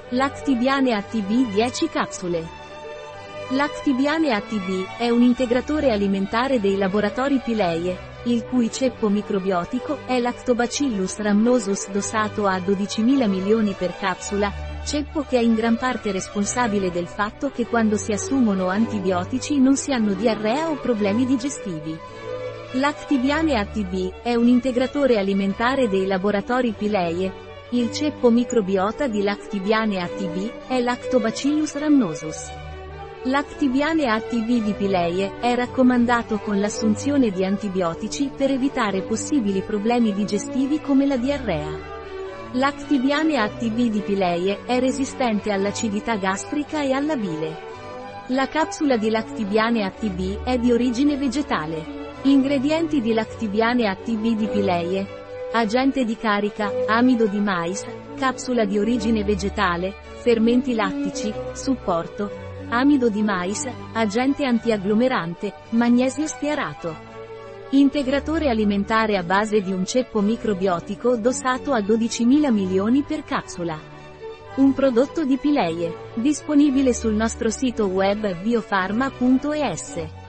Lactibiane ATB 10 capsule. Lactibiane ATB è un integratore alimentare dei laboratori Pileie, il cui ceppo microbiotico è Lactobacillus rhamnosus dosato a 12.000 milioni per capsula, ceppo che è in gran parte responsabile del fatto che quando si assumono antibiotici non si hanno diarrea o problemi digestivi. Lactibiane ATB è un integratore alimentare dei laboratori Pileie. Il ceppo microbiota di Lactibiane ATB è Lactobacillus rhamnosus. Lactibiane ATB di Pileie è raccomandato con l'assunzione di antibiotici per evitare possibili problemi digestivi come la diarrea. Lactibiane ATB di Pileie è resistente all'acidità gastrica e alla bile. La capsula di Lactibiane ATB è di origine vegetale. Ingredienti di Lactibiane ATB di Pileie: agente di carica, amido di mais, capsula di origine vegetale, fermenti lattici, supporto, amido di mais, agente antiagglomerante, magnesio stearato. Integratore alimentare a base di un ceppo microbiotico dosato a 12.000 milioni per capsula. Un prodotto di Pileie, disponibile sul nostro sito web biofarma.es.